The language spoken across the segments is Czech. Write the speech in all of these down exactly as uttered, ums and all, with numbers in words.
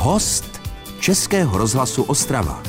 Host Českého rozhlasu Ostrava.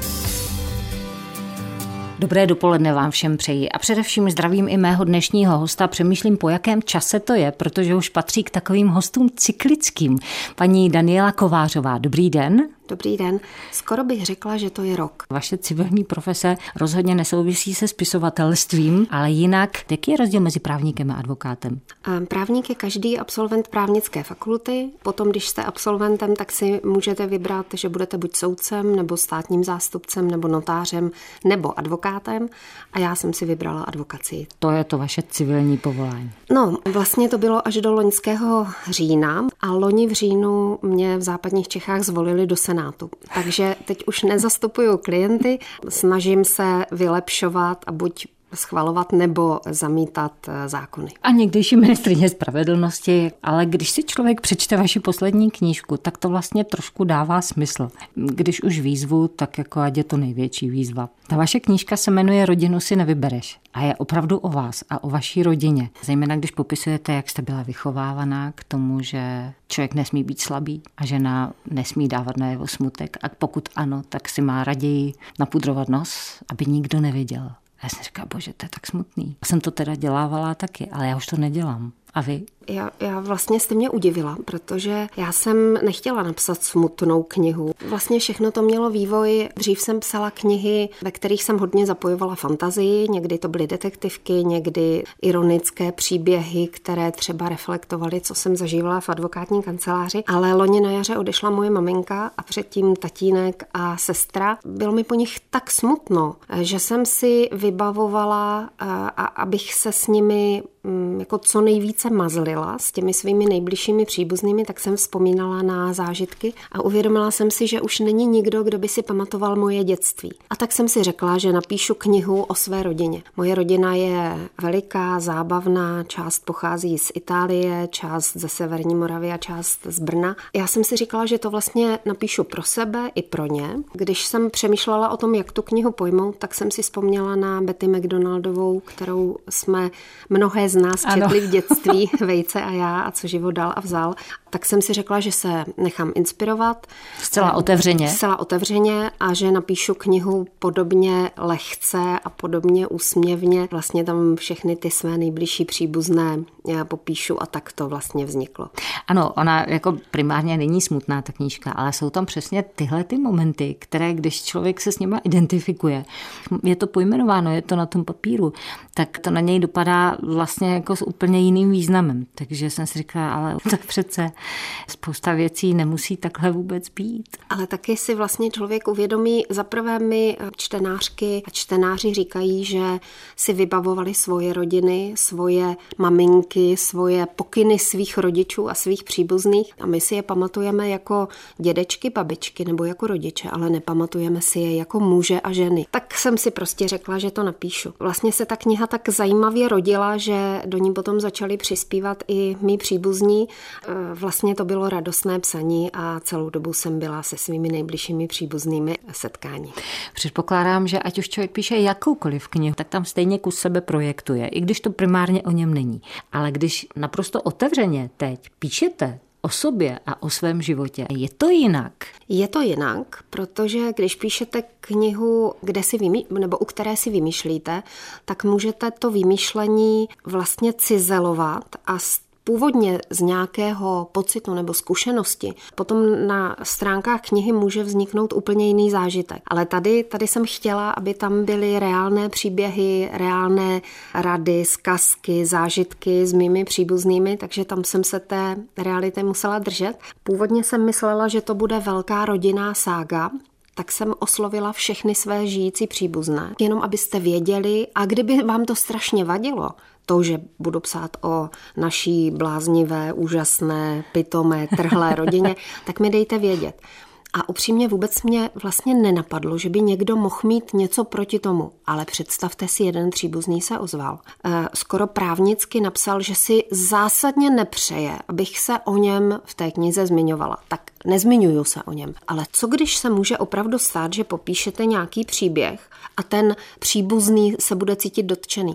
Dobré dopoledne vám všem přeji a především zdravím i mého dnešního hosta. Přemýšlím, po jakém čase to je, protože už patří k takovým hostům cyklickým. Paní Daniela Kovářová, dobrý den. Dobrý den. Skoro bych řekla, že to je rok. Vaše civilní profese rozhodně nesouvisí se spisovatelstvím, ale jinak, jaký je rozdíl mezi právníkem a advokátem? Právník je každý absolvent právnické fakulty. Potom, když jste absolventem, tak si můžete vybrat, že budete buď soudcem, nebo státním zástupcem, nebo notářem, nebo advokátem. A já jsem si vybrala advokacii. To je to vaše civilní povolání. No, vlastně to bylo až do loňského října a loni v říjnu mě v západních Čechách zvolili do Senátu. Takže teď už nezastupuju klienty, snažím se vylepšovat a buď schvalovat nebo zamítat zákony. A někdejší ministryně spravedlnosti, ale když si člověk přečte vaši poslední knížku, tak to vlastně trošku dává smysl. Když už výzvu, tak jako ať je to největší výzva. Ta vaše knížka se jmenuje Rodinu si nevybereš a je opravdu o vás a o vaší rodině. Zejména když popisujete, jak jste byla vychovávaná k tomu, že člověk nesmí být slabý a žena nesmí dávat na jeho smutek a pokud ano, tak si má raději napudrovat nos, aby nikdo neviděl. Já jsem říkala, bože, to je tak smutný. Jsem to teda dělávala taky, ale já už to nedělám. A vy? Já, já vlastně jste mě udivila, protože já jsem nechtěla napsat smutnou knihu. Vlastně všechno to mělo vývoj. Dřív jsem psala knihy, ve kterých jsem hodně zapojovala fantazii. Někdy to byly detektivky, někdy ironické příběhy, které třeba reflektovaly, co jsem zažívala v advokátní kanceláři. Ale loni na jaře odešla moje maminka a předtím tatínek a sestra. Bylo mi po nich tak smutno, že jsem si vybavovala, a, a, abych se s nimi jako co nejvíce mazlila s těmi svými nejbližšími příbuznými, tak jsem vzpomínala na zážitky a uvědomila jsem si, že už není nikdo, kdo by si pamatoval moje dětství. A tak jsem si řekla, že napíšu knihu o své rodině. Moje rodina je veliká, zábavná, část pochází z Itálie, část ze Severní Moravy a část z Brna. Já jsem si říkala, že to vlastně napíšu pro sebe i pro ně. Když jsem přemýšlela o tom, jak tu knihu pojmout, tak jsem si vzpomněla na Betty McDonaldovou, kterou jsme mnohé z nás četli ano. v dětství, Vejce a já a co život dal a vzal. Tak jsem si řekla, že se nechám inspirovat. Zcela otevřeně. Zcela otevřeně a že napíšu knihu podobně lehce a podobně úsměvně. Vlastně tam všechny ty své nejbližší příbuzné já popíšu a tak to vlastně vzniklo. Ano, ona jako primárně není smutná ta knížka, ale jsou tam přesně tyhle ty momenty, které když člověk se s nima identifikuje, je to pojmenováno, je to na tom papíru, tak to na něj dopadá vlastně jako s úplně jiným významem. Takže jsem si říkala, ale tak přece spousta věcí nemusí takhle vůbec být. Ale taky si vlastně člověk uvědomí, zaprvé mi čtenářky a čtenáři říkají, že si vybavovali svoje rodiny, svoje maminky, svoje pokyny svých rodičů a svých příbuzných a my si je pamatujeme jako dědečky, babičky nebo jako rodiče, ale nepamatujeme si je jako muže a ženy. Tak jsem si prostě řekla, že to napíšu. Vlastně se ta kniha tak zajímavě rodila, že do ní potom začali přispívat i mý příbuzní. Vlastně to bylo radostné psaní a celou dobu jsem byla se svými nejbližšími příbuznými setkání. Předpokládám, že ať už člověk píše jakoukoliv knihu, tak tam stejně kus sebe projektuje, i když to primárně o něm není. Ale když naprosto otevřeně teď píšete o sobě a o svém životě, je to jinak? Je to jinak, protože když píšete knihu, kde si vymý, nebo u které si vymýšlíte, tak můžete to vymýšlení vlastně cizelovat a původně z nějakého pocitu nebo zkušenosti. Potom na stránkách knihy může vzniknout úplně jiný zážitek. Ale tady, tady jsem chtěla, aby tam byly reálné příběhy, reálné rady, zkazky, zážitky s mými příbuznými, takže tam jsem se té reality musela držet. Původně jsem myslela, že to bude velká rodinná sága, tak jsem oslovila všechny své žijící příbuzné, jenom abyste věděli, a kdyby vám to strašně vadilo, to, že budu psát o naší bláznivé, úžasné, pitomé, trhlé rodině, tak mi dejte vědět. A upřímně vůbec mě vlastně nenapadlo, že by někdo mohl mít něco proti tomu. Ale představte si, jeden příbuzný se ozval. Skoro právnicky napsal, že si zásadně nepřeje, abych se o něm v té knize zmiňovala. Tak nezmiňuju se o něm. Ale co když se může opravdu stát, že popíšete nějaký příběh a ten příbuzný se bude cítit dotčený?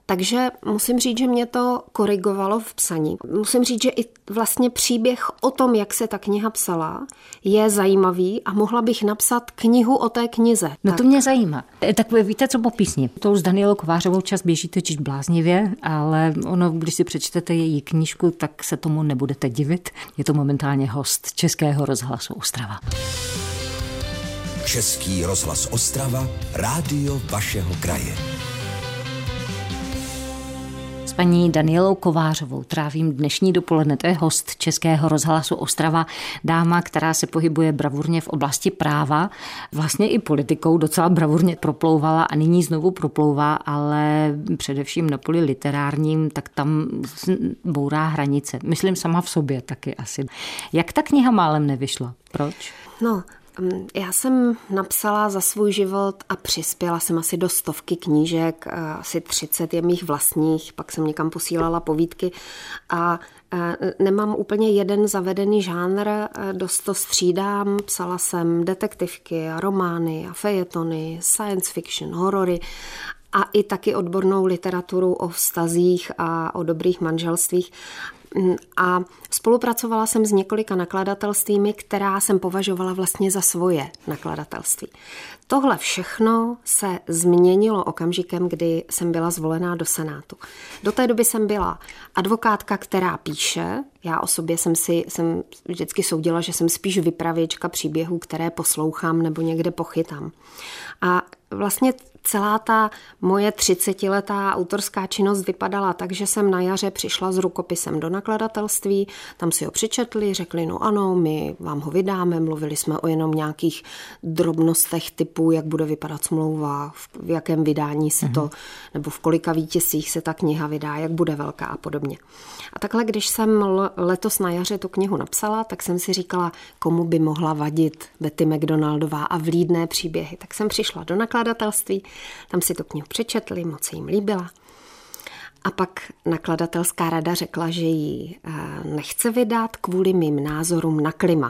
Takže musím říct, že mě to korigovalo v psaní. Musím říct, že i vlastně příběh o tom, jak se ta kniha psala, je zajímavý a mohla bych napsat knihu o té knize. No tak. To mě zajímá. Tak vy víte, co po písni? To s Danielou Kovářovou čas běží totiž bláznivě, ale ono, když si přečtete její knížku, tak se tomu nebudete divit. Je to momentálně host Českého rozhlasu Ostrava. Český rozhlas Ostrava, rádio vašeho kraje. S paní Danielou Kovářovou trávím dnešní dopoledne. To je host Českého rozhlasu Ostrava, dáma, která se pohybuje bravurně v oblasti práva, vlastně i politikou docela bravurně proplouvala a nyní znovu proplouvá, ale především na poli literárním, tak tam bourá hranice. Myslím sama v sobě taky asi. Jak ta kniha málem nevyšla? Proč? No, já jsem napsala za svůj život a přispěla jsem asi do stovky knížek, asi třicet je mých vlastních, pak jsem někam posílala povídky a nemám úplně jeden zavedený žánr, dost to střídám, psala jsem detektivky a romány a fejetony, science fiction, horory a i taky odbornou literaturu o vztazích a o dobrých manželstvích. A spolupracovala jsem s několika nakladatelstvími, která jsem považovala vlastně za svoje nakladatelství. Tohle všechno se změnilo okamžikem, kdy jsem byla zvolená do Senátu. Do té doby jsem byla advokátka, která píše. Já o sobě jsem si jsem vždycky soudila, že jsem spíš vypravěčka příběhů, které poslouchám nebo někde pochytám. A vlastně celá ta moje třicetiletá autorská činnost vypadala tak, že jsem na jaře přišla s rukopisem do nakladatelství, tam si ho přečetli, řekli, no ano, my vám ho vydáme, mluvili jsme o jenom nějakých drobnostech typu, jak bude vypadat smlouva, v jakém vydání se to, nebo v kolika výtiscích se ta kniha vydá, jak bude velká a podobně. A takhle, když jsem letos na jaře tu knihu napsala, tak jsem si říkala, komu by mohla vadit Betty McDonaldová a vlídné příběhy. Tak jsem přišla do nakladatelství, tam si tu knihu přečetli, moc se jim líbila. A pak nakladatelská rada řekla, že ji nechce vydat kvůli mým názorům na klima.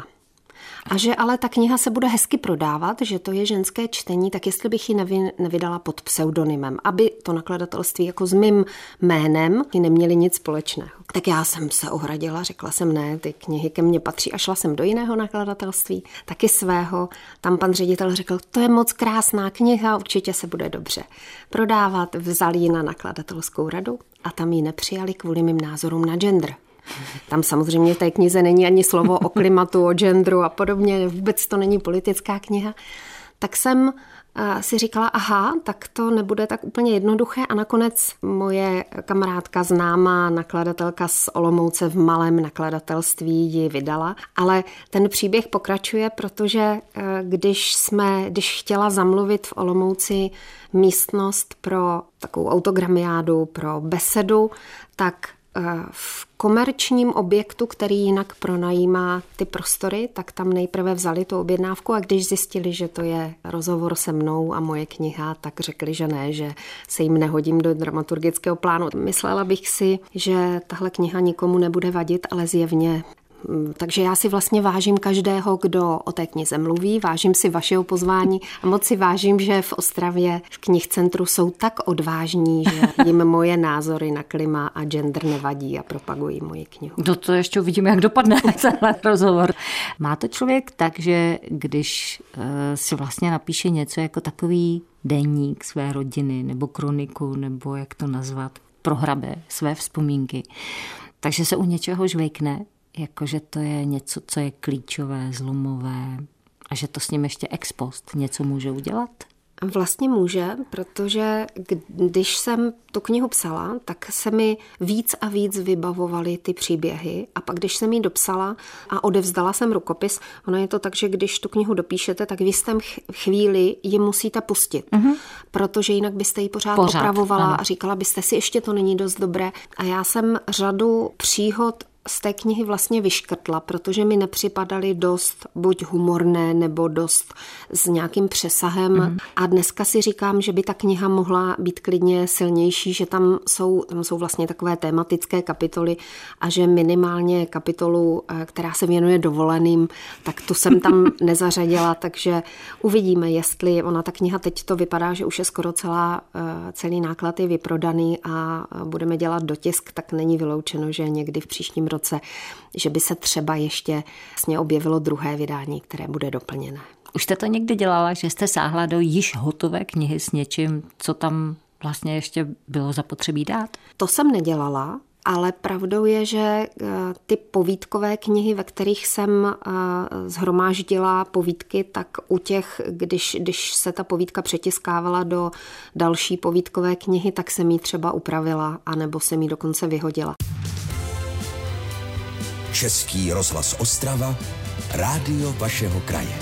A že ale ta kniha se bude hezky prodávat, že to je ženské čtení, tak jestli bych ji nevy, nevydala pod pseudonymem, aby to nakladatelství jako s mým jménem neměli nic společného. Tak já jsem se ohradila, řekla jsem ne, ty knihy ke mně patří a šla jsem do jiného nakladatelství, taky svého. Tam pan ředitel řekl, to je moc krásná kniha, určitě se bude dobře prodávat. Vzali ji na nakladatelskou radu a tam ji nepřijali kvůli mým názorům na gender. Tam samozřejmě v té knize není ani slovo o klimatu, o genderu a podobně, vůbec to není politická kniha. Tak jsem si říkala, aha, tak to nebude tak úplně jednoduché a nakonec moje kamarádka známá nakladatelka z Olomouce v malém nakladatelství ji vydala, ale ten příběh pokračuje, protože když jsme, když chtěla zamluvit v Olomouci místnost pro takovou autogramiádu, pro besedu, tak v komerčním objektu, který jinak pronajímá ty prostory, tak tam nejprve vzali tu objednávku a když zjistili, že to je rozhovor se mnou a moje kniha, tak řekli, že ne, že se jim nehodím do dramaturgického plánu. Myslela bych si, že tahle kniha nikomu nebude vadit, ale zjevně. Takže já si vlastně vážím každého, kdo o té knize mluví, vážím si vašeho pozvání a moc si vážím, že v Ostravě v knihcentru jsou tak odvážní, že jim moje názory na klima a gender nevadí a propagují moji knihu. No to ještě uvidíme, jak dopadne tenhle rozhovor. Má to člověk tak, že když uh, si vlastně napíše něco jako takový deník své rodiny nebo kroniku, nebo jak to nazvat, prohrabe své vzpomínky, takže se u něčeho žvejkne, jakože to je něco, co je klíčové, zlomové a že to s ním ještě ex post něco může udělat? Vlastně může, protože když jsem tu knihu psala, tak se mi víc a víc vybavovaly ty příběhy a pak když jsem ji dopsala a odevzdala jsem rukopis, ono je to tak, že když tu knihu dopíšete, tak v jistém chvíli ji musíte pustit, uh-huh. protože jinak byste ji pořád, pořád opravovala ano. a říkala byste si, ještě to není dost dobré. A já jsem řadu příhod z té knihy vlastně vyškrtla, protože mi nepřipadaly dost buď humorné, nebo dost s nějakým přesahem. Mm. A dneska si říkám, že by ta kniha mohla být klidně silnější, že tam jsou, tam jsou vlastně takové tematické kapitoly a že minimálně kapitolu, která se věnuje dovoleným, tak tu jsem tam nezařadila, takže uvidíme, jestli ona, ta kniha teď to vypadá, že už je skoro celá, celý náklad je vyprodaný a budeme dělat dotisk, tak není vyloučeno, že někdy v příštím roce, že by se třeba ještě vlastně objevilo druhé vydání, které bude doplněné. Už jste to někdy dělala, že jste sáhla do již hotové knihy s něčím, co tam vlastně ještě bylo zapotřebí dát? To jsem nedělala, ale pravdou je, že ty povídkové knihy, ve kterých jsem shromáždila povídky, tak u těch, když, když se ta povídka přetiskávala do další povídkové knihy, tak jsem ji třeba upravila, anebo jsem ji dokonce vyhodila. Český rozhlas Ostrava, rádio vašeho kraje.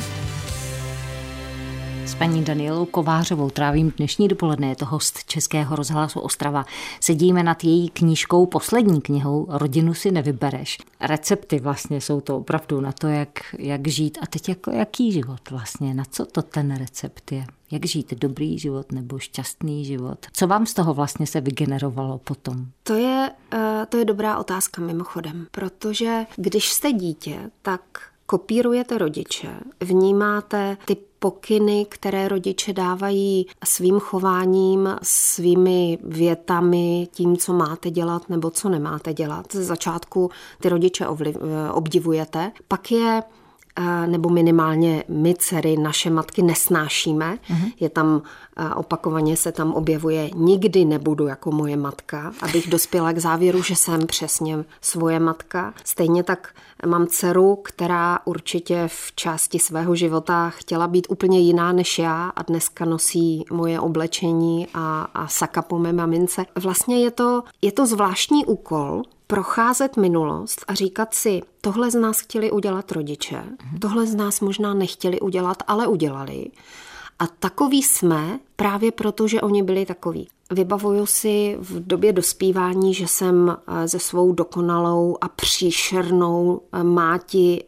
S paní Danielou Kovářovou trávím dnešní dopoledne, je to host Českého rozhlasu Ostrava. Sedíme nad její knížkou, poslední knihou Rodinu si nevybereš. Recepty vlastně jsou to opravdu na to, jak, jak žít. A teď jako jaký život vlastně, na co to ten recept je? Jak žít dobrý život nebo šťastný život? Co vám z toho vlastně se vygenerovalo potom? To je, to je dobrá otázka mimochodem, protože když jste dítě, tak kopírujete rodiče, vnímáte ty pokyny, které rodiče dávají svým chováním, svými větami, tím, co máte dělat nebo co nemáte dělat. Ze začátku ty rodiče obdivujete, pak je nebo minimálně my dcery, naše matky nesnášíme. Mm-hmm. Je tam opakovaně se tam objevuje nikdy nebudu jako moje matka, abych dospěla k závěru, že jsem přesně svoje matka. Stejně tak mám dceru, která určitě v části svého života chtěla být úplně jiná než já a dneska nosí moje oblečení a, a saka po mé mamince. Vlastně je to, je to zvláštní úkol, procházet minulost a říkat si, tohle z nás chtěli udělat rodiče, tohle z nás možná nechtěli udělat, ale udělali. A takový jsme právě proto, že oni byli takoví. Vybavuju si v době dospívání, že jsem se svou dokonalou a příšernou máti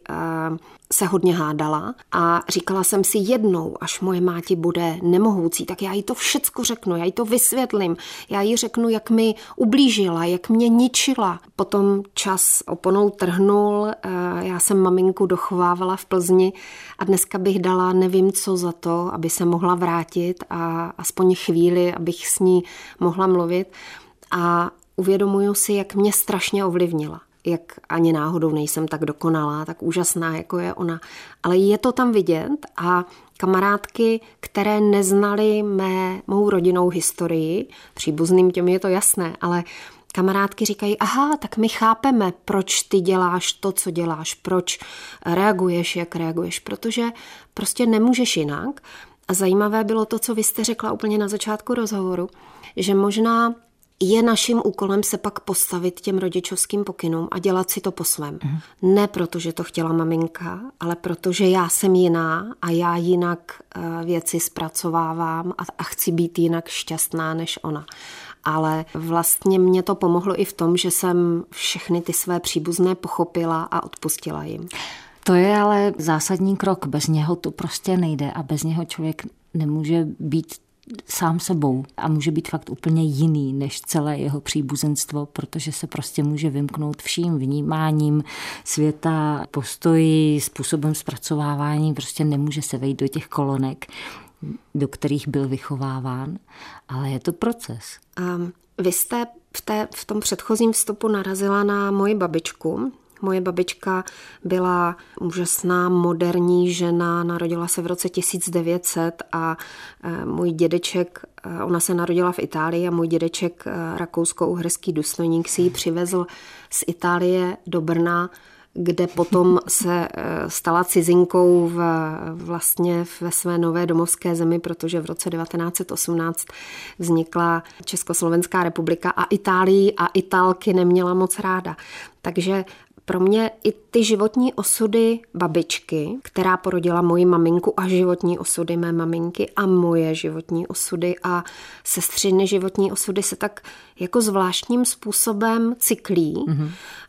se hodně hádala a říkala jsem si jednou, až moje máti bude nemohoucí, tak já jí to všecko řeknu, já jí to vysvětlím, já jí řeknu, jak mi ublížila, jak mě ničila. Potom čas oponou trhnul, já jsem maminku dochovávala v Plzni a dneska bych dala nevím co za to, aby se mohla vrátit a aspoň chvíli, abych s ní mohla mluvit a uvědomuju si, jak mě strašně ovlivnila. Jak ani náhodou nejsem tak dokonalá, tak úžasná, jako je ona. Ale je to tam vidět a kamarádky, které neznaly mé, mou rodinnou historii, příbuzným těm je to jasné, ale kamarádky říkají, aha, tak my chápeme, proč ty děláš to, co děláš, proč reaguješ, jak reaguješ, protože prostě nemůžeš jinak. A zajímavé bylo to, co vy jste řekla úplně na začátku rozhovoru, že možná je naším úkolem se pak postavit těm rodičovským pokynům a dělat si to po svém. Mm. Ne proto, že to chtěla maminka, ale protože já jsem jiná a já jinak věci zpracovávám a, a chci být jinak šťastná než ona. Ale vlastně mě to pomohlo i v tom, že jsem všechny ty své příbuzné pochopila a odpustila jim. To je ale zásadní krok, bez něho to prostě nejde a bez něho člověk nemůže být sám sebou a může být fakt úplně jiný než celé jeho příbuzenstvo, protože se prostě může vymknout vším vnímáním světa, postoji, způsobem zpracovávání, prostě nemůže se vejít do těch kolonek, do kterých byl vychováván, ale je to proces. Um, vy jste v, té, v tom předchozím vstupu narazila na moji babičku. Moje babička byla úžasná, moderní žena, narodila se v roce tisíc devět set a můj dědeček, ona se narodila v Itálii a můj dědeček, rakousko-uherský důstojník, si ji přivezl z Itálie do Brna, kde potom se stala cizinkou v, vlastně ve své nové domovské zemi, protože v roce devatenáct set osmnáct vznikla Československá republika a Itálii a Italky neměla moc ráda. Takže pro mě i ty životní osudy babičky, která porodila moji maminku a životní osudy mé maminky a moje životní osudy a sestřiny životní osudy se tak jako zvláštním způsobem cyklí. Mm-hmm.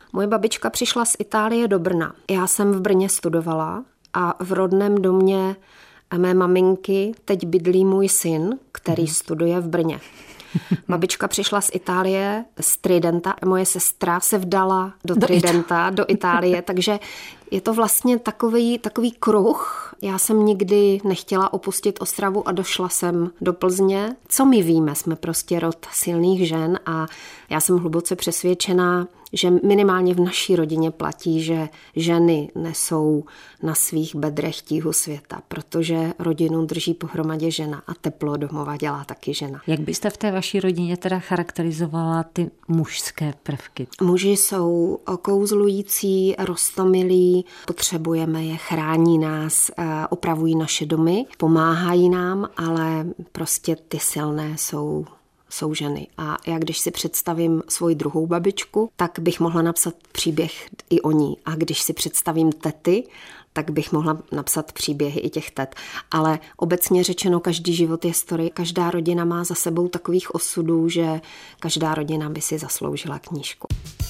Moje babička přišla z Itálie do Brna. Já jsem v Brně studovala a v rodném domě mé maminky teď bydlí můj syn, který hmm. studuje v Brně. Babička přišla z Itálie, z Tridenta. Moje sestra se vdala do, do Tridenta, It- do Itálie, takže je to vlastně takový, takový kruh. Já jsem nikdy nechtěla opustit Ostravu a došla jsem do Plzně. Co my víme, jsme prostě rod silných žen a já jsem hluboce přesvědčená, že minimálně v naší rodině platí, že ženy nesou na svých bedrech tíhu světa, protože rodinu drží pohromadě žena a teplo domova dělá taky žena. Jak byste v té vaší rodině teda charakterizovala ty mužské prvky? Muži jsou okouzlující, roztomilí, potřebujeme je, chrání nás, opravují naše domy, pomáhají nám, ale prostě ty silné jsou jsou ženy. A já když si představím svoji druhou babičku, tak bych mohla napsat příběh i o ní. A když si představím tety, tak bych mohla napsat příběhy i těch tet. Ale obecně řečeno, každý život je story, každá rodina má za sebou takových osudů, že každá rodina by si zasloužila knížku.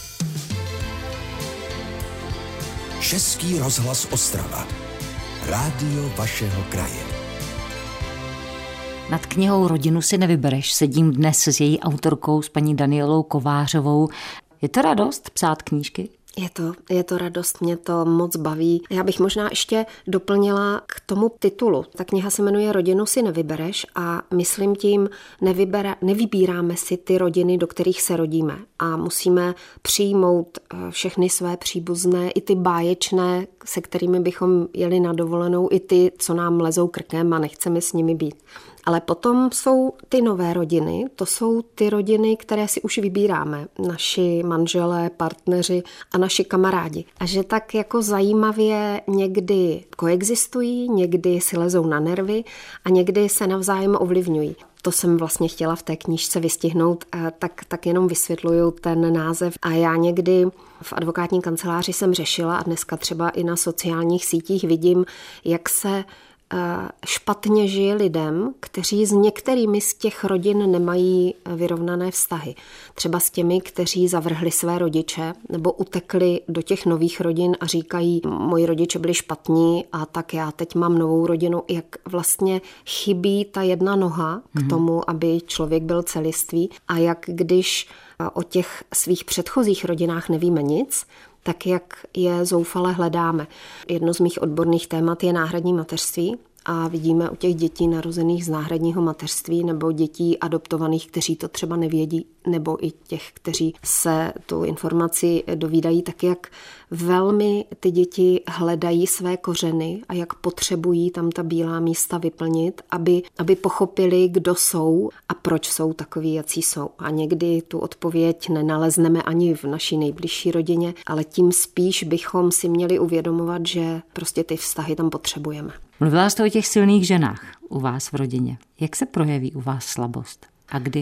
Český rozhlas Ostrava. Rádio vašeho kraje. Nad knihou Rodinu si nevybereš. Sedím dnes s její autorkou, s paní Danielou Kovářovou. Je to radost psát knížky? Je to, je to radost, mě to moc baví. Já bych možná ještě doplnila k tomu titulu. Ta kniha se jmenuje Rodinu si nevybereš a myslím tím, nevybera, nevybíráme si ty rodiny, do kterých se rodíme. A musíme přijmout všechny své příbuzné, i ty báječné, se kterými bychom jeli na dovolenou, i ty, co nám lezou krkem a nechceme s nimi být. Ale potom jsou ty nové rodiny, to jsou ty rodiny, které si už vybíráme. Naši manželé, partneři a naši kamarádi. A že tak jako zajímavě někdy koexistují, někdy si lezou na nervy a někdy se navzájem ovlivňují. To jsem vlastně chtěla v té knížce vystihnout, tak, tak jenom vysvětluju ten název. A já někdy v advokátní kanceláři jsem řešila a dneska třeba i na sociálních sítích vidím, jak se špatně žije lidem, kteří s některými z těch rodin nemají vyrovnané vztahy. Třeba s těmi, kteří zavrhli své rodiče nebo utekli do těch nových rodin a říkají, moji rodiče byli špatní a tak já teď mám novou rodinu. Jak vlastně chybí ta jedna noha k tomu, aby člověk byl celistvý a jak když o těch svých předchozích rodinách nevíme nic, tak jak je zoufale hledáme. Jedno z mých odborných témat je náhradní mateřství a vidíme u těch dětí narozených z náhradního mateřství nebo dětí adoptovaných, kteří to třeba nevědí, nebo i těch, kteří se tu informaci dovídají, tak jak velmi ty děti hledají své kořeny a jak potřebují tam ta bílá místa vyplnit, aby, aby pochopili, kdo jsou a proč jsou takoví, jací jsou. A někdy tu odpověď nenalezneme ani v naší nejbližší rodině, ale tím spíš bychom si měli uvědomovat, že prostě ty vztahy tam potřebujeme. Mluvila jste o těch silných ženách u vás v rodině. Jak se projeví u vás slabost? A kdy?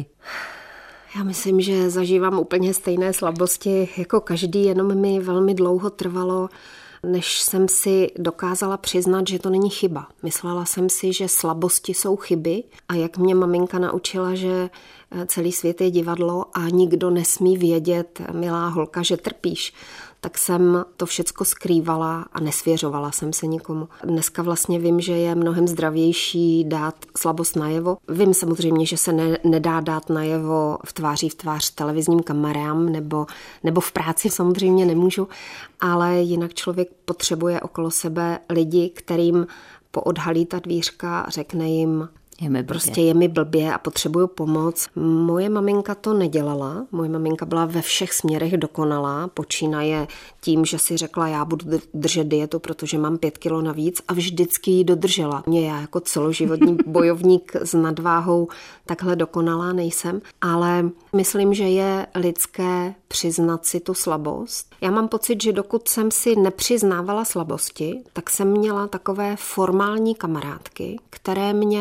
Já myslím, že zažívám úplně stejné slabosti jako každý, jenom mi velmi dlouho trvalo, než jsem si dokázala přiznat, že to není chyba. Myslela jsem si, že slabosti jsou chyby a jak mě maminka naučila, že celý svět je divadlo a nikdo nesmí vědět, milá holka, že trpíš, tak jsem to všecko skrývala a nesvěřovala jsem se nikomu. Dneska vlastně vím, že je mnohem zdravější dát slabost najevo. Vím samozřejmě, že se ne, nedá dát najevo v tváří v tvář televizním kamerám nebo, nebo v práci samozřejmě nemůžu, ale jinak člověk potřebuje okolo sebe lidi, kterým poodhalí ta dvířka a řekne jim, Je mi prostě je mi blbě a potřebuju pomoc. Moje maminka to nedělala. Moje maminka byla ve všech směrech dokonalá. Počínaje tím, že si řekla, já budu držet dietu, protože mám pět kilo navíc a vždycky ji dodržela. Mě já jako celoživotní bojovník s nadváhou takhle dokonalá nejsem, ale myslím, že je lidské přiznat si tu slabost. Já mám pocit, že dokud jsem si nepřiznávala slabosti, tak jsem měla takové formální kamarádky, které mě úplně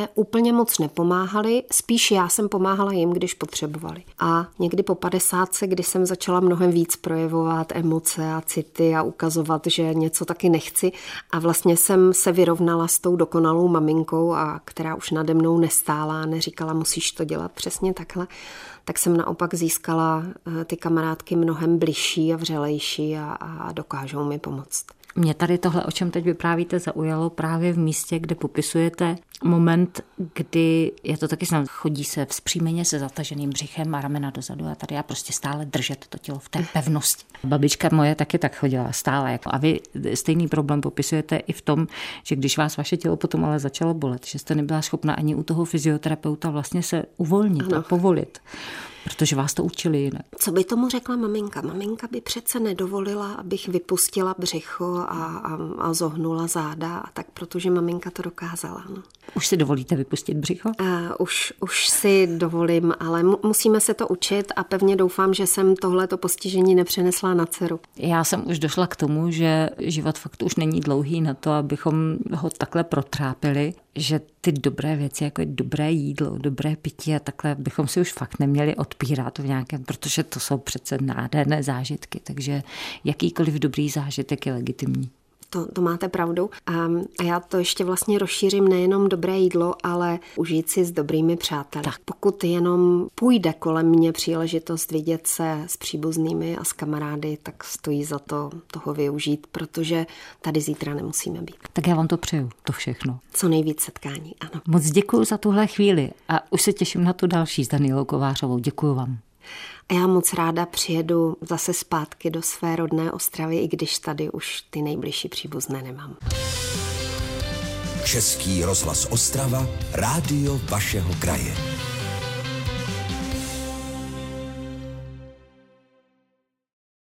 úplně moc nepomáhali, spíš já jsem pomáhala jim, když potřebovali. A někdy po padesátce, kdy jsem začala mnohem víc projevovat emoce a city a ukazovat, že něco taky nechci a vlastně jsem se vyrovnala s tou dokonalou maminkou, a která už nade mnou nestála a neříkala, musíš to dělat přesně takhle, tak jsem naopak získala ty kamarádky mnohem bližší a vřelejší a, a dokážou mi pomoct. Mě tady tohle, o čem teď vyprávíte, zaujalo právě v místě, kde popisujete moment, kdy je to taky snad, chodí se vzpřímeně se zataženým břichem a ramena dozadu a tady já prostě stále držet to tělo v té pevnosti. Babička moje taky tak chodila stále. A vy stejný problém popisujete i v tom, že když vás vaše tělo potom ale začalo bolet, že jste nebyla schopna ani u toho fyzioterapeuta vlastně se uvolnit ano. a povolit. Protože vás to učili jinak. Co by tomu řekla maminka? Maminka by přece nedovolila, abych vypustila břicho a, a, a zohnula záda, a tak protože maminka to dokázala. No. Už si dovolíte vypustit břicho? A už, už si dovolím, ale mu, musíme se to učit a pevně doufám, že jsem tohleto postižení nepřenesla na dceru. Já jsem už došla k tomu, že život fakt už není dlouhý na to, abychom ho takhle protrápili, že ty dobré věci, jako je dobré jídlo, dobré pití a takhle bychom si už fakt neměli odpírat v nějakém, protože to jsou přece nádherné zážitky, takže jakýkoliv dobrý zážitek je legitimní. To, to máte pravdu. A, a já to ještě vlastně rozšířím nejenom dobré jídlo, ale užít si s dobrými přáteli. Tak. Pokud jenom půjde kolem mě příležitost vidět se s příbuznými a s kamarády, tak stojí za to toho využít, protože tady zítra nemusíme být. Tak já vám to přeju, to všechno. Co nejvíc setkání, ano. Moc děkuji za tuhle chvíli a už se těším na tu další s Danielou Kovářovou. Děkuji vám. A já moc ráda přijedu zase zpátky do své rodné Ostravy, i když tady už ty nejbližší příbuzné nemám. Český rozhlas Ostrava, rádio vašeho kraje.